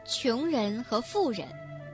穷人和富人。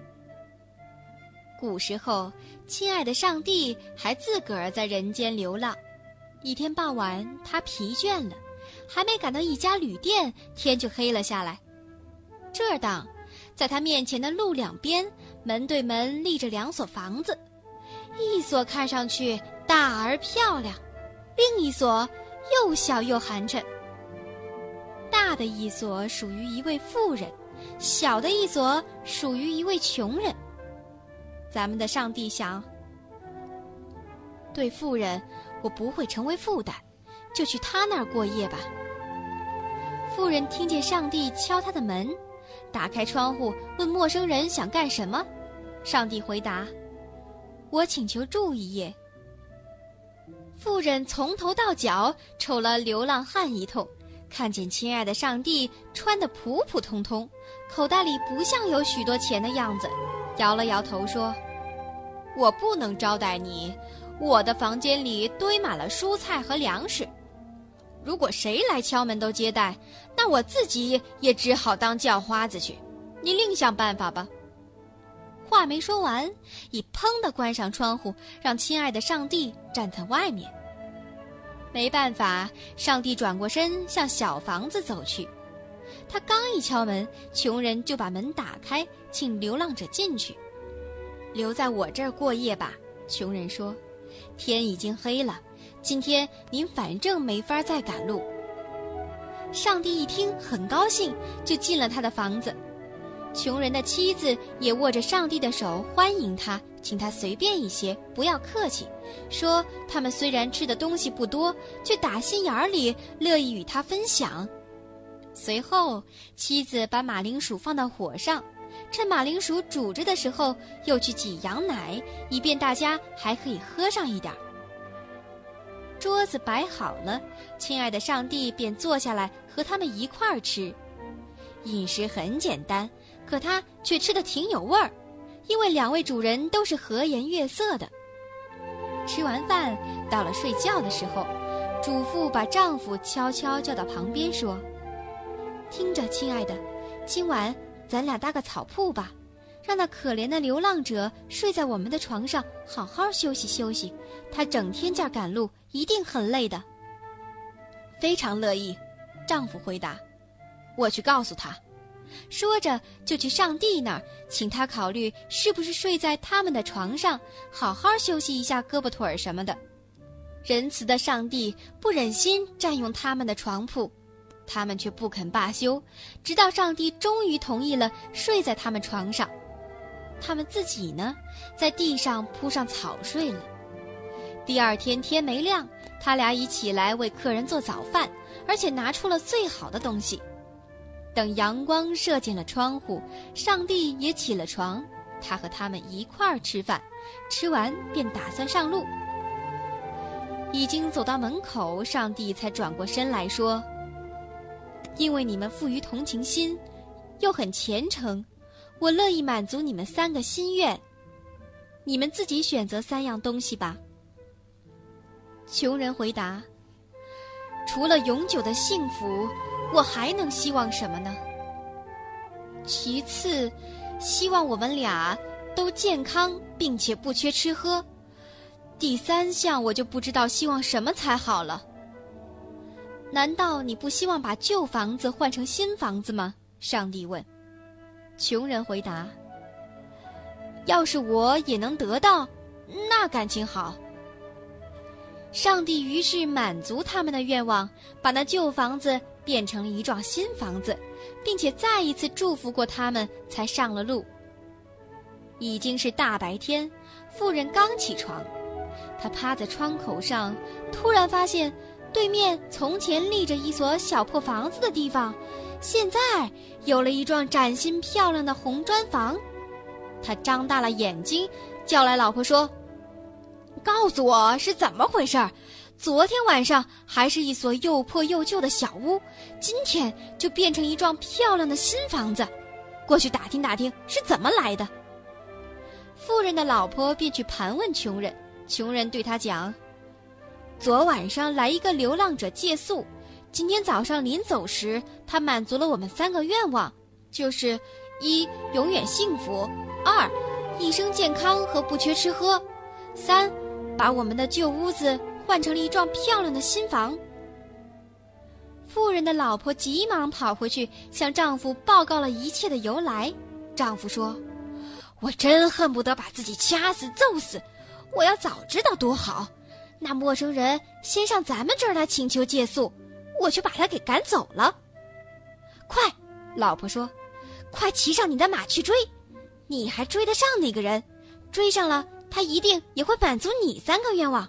古时候，亲爱的上帝还自个儿在人间流浪。一天傍晚，他疲倦了，还没赶到一家旅店，天就黑了下来。这当，在他面前的路两边，门对门立着两所房子，一所看上去大而漂亮，另一所又小又寒碜。大的一所属于一位富人，小的一所属于一位穷人。咱们的上帝想，对富人我不会成为负担，就去他那儿过夜吧。富人听见上帝敲他的门，打开窗户问陌生人想干什么。上帝回答：我请求住一夜。富人从头到脚瞅了流浪汉一通，看见亲爱的上帝穿得普普通通，口袋里不像有许多钱的样子，摇了摇头说：我不能招待你，我的房间里堆满了蔬菜和粮食，如果谁来敲门都接待，那我自己也只好当叫花子去，你另想办法吧。话没说完，已砰地关上窗户，让亲爱的上帝站在外面。没办法，上帝转过身向小房子走去。他刚一敲门，穷人就把门打开，请流浪者进去。留在我这儿过夜吧，穷人说，天已经黑了，今天您反正没法再赶路。上帝一听很高兴，就进了他的房子。穷人的妻子也握着上帝的手欢迎他，请他随便一些，不要客气，说他们虽然吃的东西不多，却打心眼里乐意与他分享。随后妻子把马铃薯放到火上，趁马铃薯煮着的时候，又去挤羊奶，以便大家还可以喝上一点。桌子摆好了，亲爱的上帝便坐下来和他们一块儿吃。饮食很简单，可他却吃得挺有味儿，因为两位主人都是和颜悦色的。吃完饭，到了睡觉的时候，主妇把丈夫悄悄叫到旁边说：听着，亲爱的，今晚咱俩搭个草铺吧，让那可怜的流浪者睡在我们的床上，好好休息休息，他整天这儿赶路，一定很累的。非常乐意，丈夫回答，我去告诉他。说着就去上帝那儿，请他考虑是不是睡在他们的床上，好好休息一下胳膊腿儿什么的。仁慈的上帝不忍心占用他们的床铺，他们却不肯罢休，直到上帝终于同意了睡在他们床上。他们自己呢，在地上铺上草睡了。第二天天没亮，他俩已起来为客人做早饭，而且拿出了最好的东西。等阳光射进了窗户，上帝也起了床，他和他们一块儿吃饭，吃完便打算上路。已经走到门口，上帝才转过身来说：因为你们富于同情心，又很虔诚，我乐意满足你们3个心愿，你们自己选择3样东西吧。穷人回答：除了永久的幸福，我还能希望什么呢？其次，希望我们俩都健康，并且不缺吃喝。第3项我就不知道希望什么才好了。难道你不希望把旧房子换成新房子吗？上帝问。穷人回答：要是我也能得到，那感情好。上帝于是满足他们的愿望，把那旧房子变成了一幢新房子，并且再一次祝福过他们，才上了路。已经是大白天，妇人刚起床，她趴在窗口上，突然发现对面从前立着一所小破房子的地方，现在有了一幢崭新漂亮的红砖房。她张大了眼睛，叫来老婆说：告诉我是怎么回事儿？昨天晚上还是一所又破又旧的小屋，今天就变成一幢漂亮的新房子，过去打听打听是怎么来的。富人的老婆便去盘问穷人，穷人对他讲：昨晚上来一个流浪者借宿，今天早上临走时，他满足了我们3个愿望，就是一、永远幸福；二、一生健康和不缺吃喝；三、把我们的旧屋子换成了一幢漂亮的新房。妇人的老婆急忙跑回去，向丈夫报告了一切的由来。丈夫说：我真恨不得把自己掐死揍死，我要早知道多好。那陌生人先上咱们这儿来请求借宿，我却把他给赶走了。快，老婆说，快骑上你的马去追，你还追得上那个人，追上了他一定也会满足你3个愿望。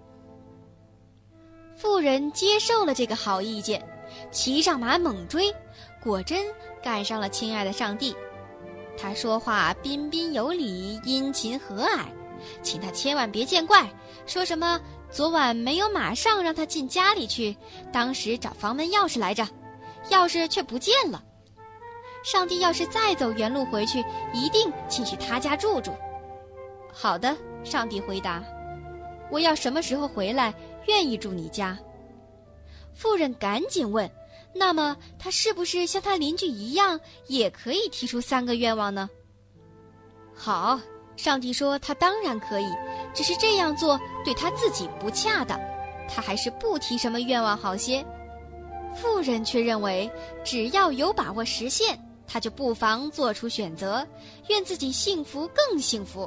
妇人接受了这个好意见，骑上马猛追，果真赶上了亲爱的上帝。他说话彬彬有礼，殷勤和蔼，请他千万别见怪，说什么昨晚没有马上让他进家里去，当时找房门钥匙来着，钥匙却不见了。上帝要是再走原路回去，一定请去他家住住。好的，上帝回答，我要什么时候回来，愿意住你家。妇人赶紧问，那么他是不是像他邻居一样，也可以提出3个愿望呢？好，上帝说他当然可以，只是这样做对他自己不恰当，他还是不提什么愿望好些。妇人却认为，只要有把握实现，他就不妨做出选择，愿自己幸福更幸福。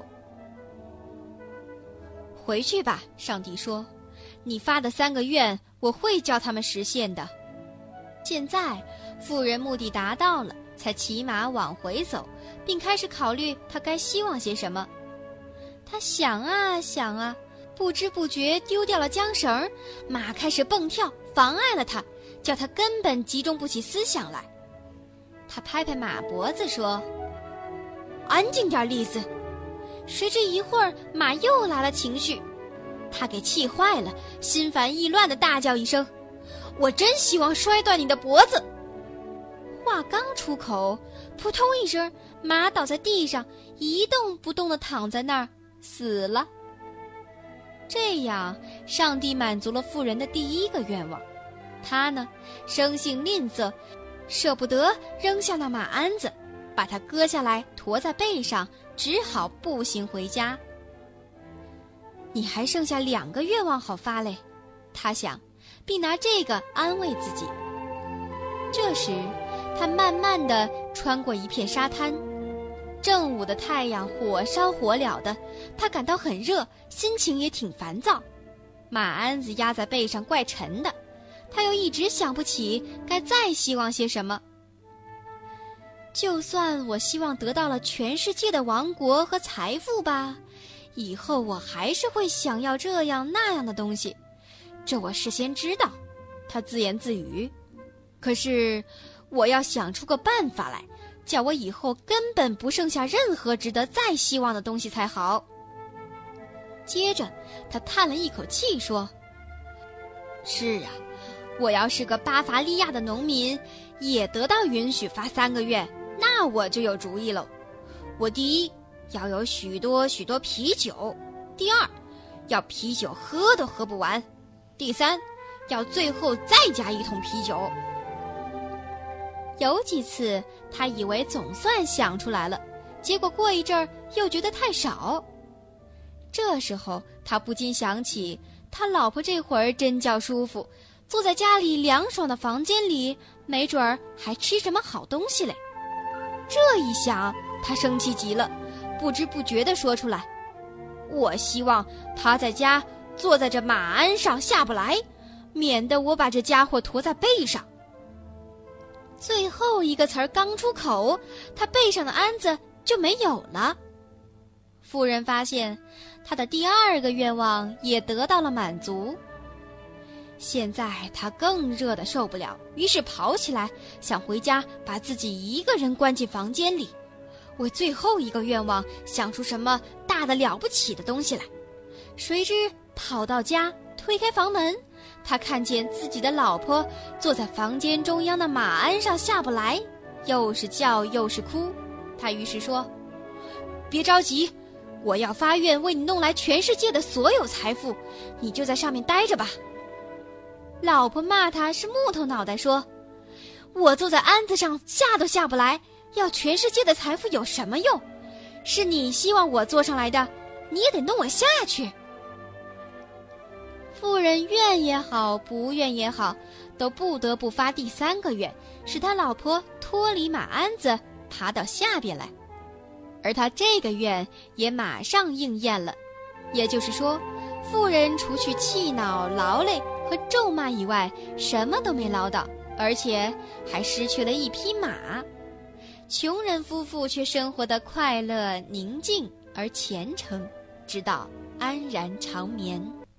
回去吧，上帝说，你发的3个愿，我会叫他们实现的。现在，妇人目的达到了，才骑马往回走，并开始考虑他该希望些什么。他想啊想啊，不知不觉丢掉了缰绳，马开始蹦跳，妨碍了他，叫他根本集中不起思想来。他拍拍马脖子说：安静点，丽丝。谁知一会儿马又来了情绪，他给气坏了，心烦意乱地大叫一声：我真希望摔断你的脖子。话刚出口，扑通一声，马倒在地上，一动不动地躺在那儿，死了。这样，上帝满足了妇人的第1个愿望。他呢，生性吝啬，舍不得扔下那马鞍子，把它割下来驮在背上，只好步行回家。你还剩下2个愿望好发嘞，他想，并拿这个安慰自己。这时，他慢慢地穿过一片沙滩，正午的太阳火烧火燎的，他感到很热，心情也挺烦躁。马鞍子压在背上怪沉的，他又一直想不起该再希望些什么。就算我希望得到了全世界的王国和财富吧，以后我还是会想要这样那样的东西，这我事先知道，他自言自语。可是我要想出个办法来，叫我以后根本不剩下任何值得再希望的东西才好。接着他叹了一口气说：是啊，我要是个巴伐利亚的农民，也得到允许发3个愿，那我就有主意喽。我第一，要有许多许多啤酒；第二，要啤酒喝都喝不完；第三，要最后再加1桶啤酒。有几次他以为总算想出来了，结果过一阵儿又觉得太少。这时候他不禁想起，他老婆这会儿真叫舒服，坐在家里凉爽的房间里，没准儿还吃什么好东西嘞。这一想，他生气极了，不知不觉地说出来：我希望他在家坐在这马鞍上下不来，免得我把这家伙驮在背上。最后一个词儿刚出口，他背上的鞍子就没有了。妇人发现他的第2个愿望也得到了满足。现在他更热得受不了，于是跑起来想回家把自己一个人关进房间里，为最后一个愿望想出什么大得了不起的东西来。谁知跑到家，推开房门，他看见自己的老婆坐在房间中央的马鞍上下不来，又是叫又是哭。他于是说：别着急，我要发愿为你弄来全世界的所有财富，你就在上面待着吧。老婆骂他是木头脑袋，说：我坐在鞍子上下都下不来， 要全世界的财富有什么用？是你希望我坐上来的，你也得弄我下去。妇人愿也好，不愿也好，都不得不发第3个愿，使他老婆脱离马鞍子，爬到下边来。而他这个愿也马上应验了，也就是说，妇人除去气恼、劳累和咒骂以外，什么都没捞到，而且还失去了一匹马。穷人夫妇却生活得快乐、宁静而虔诚，直到安然长眠。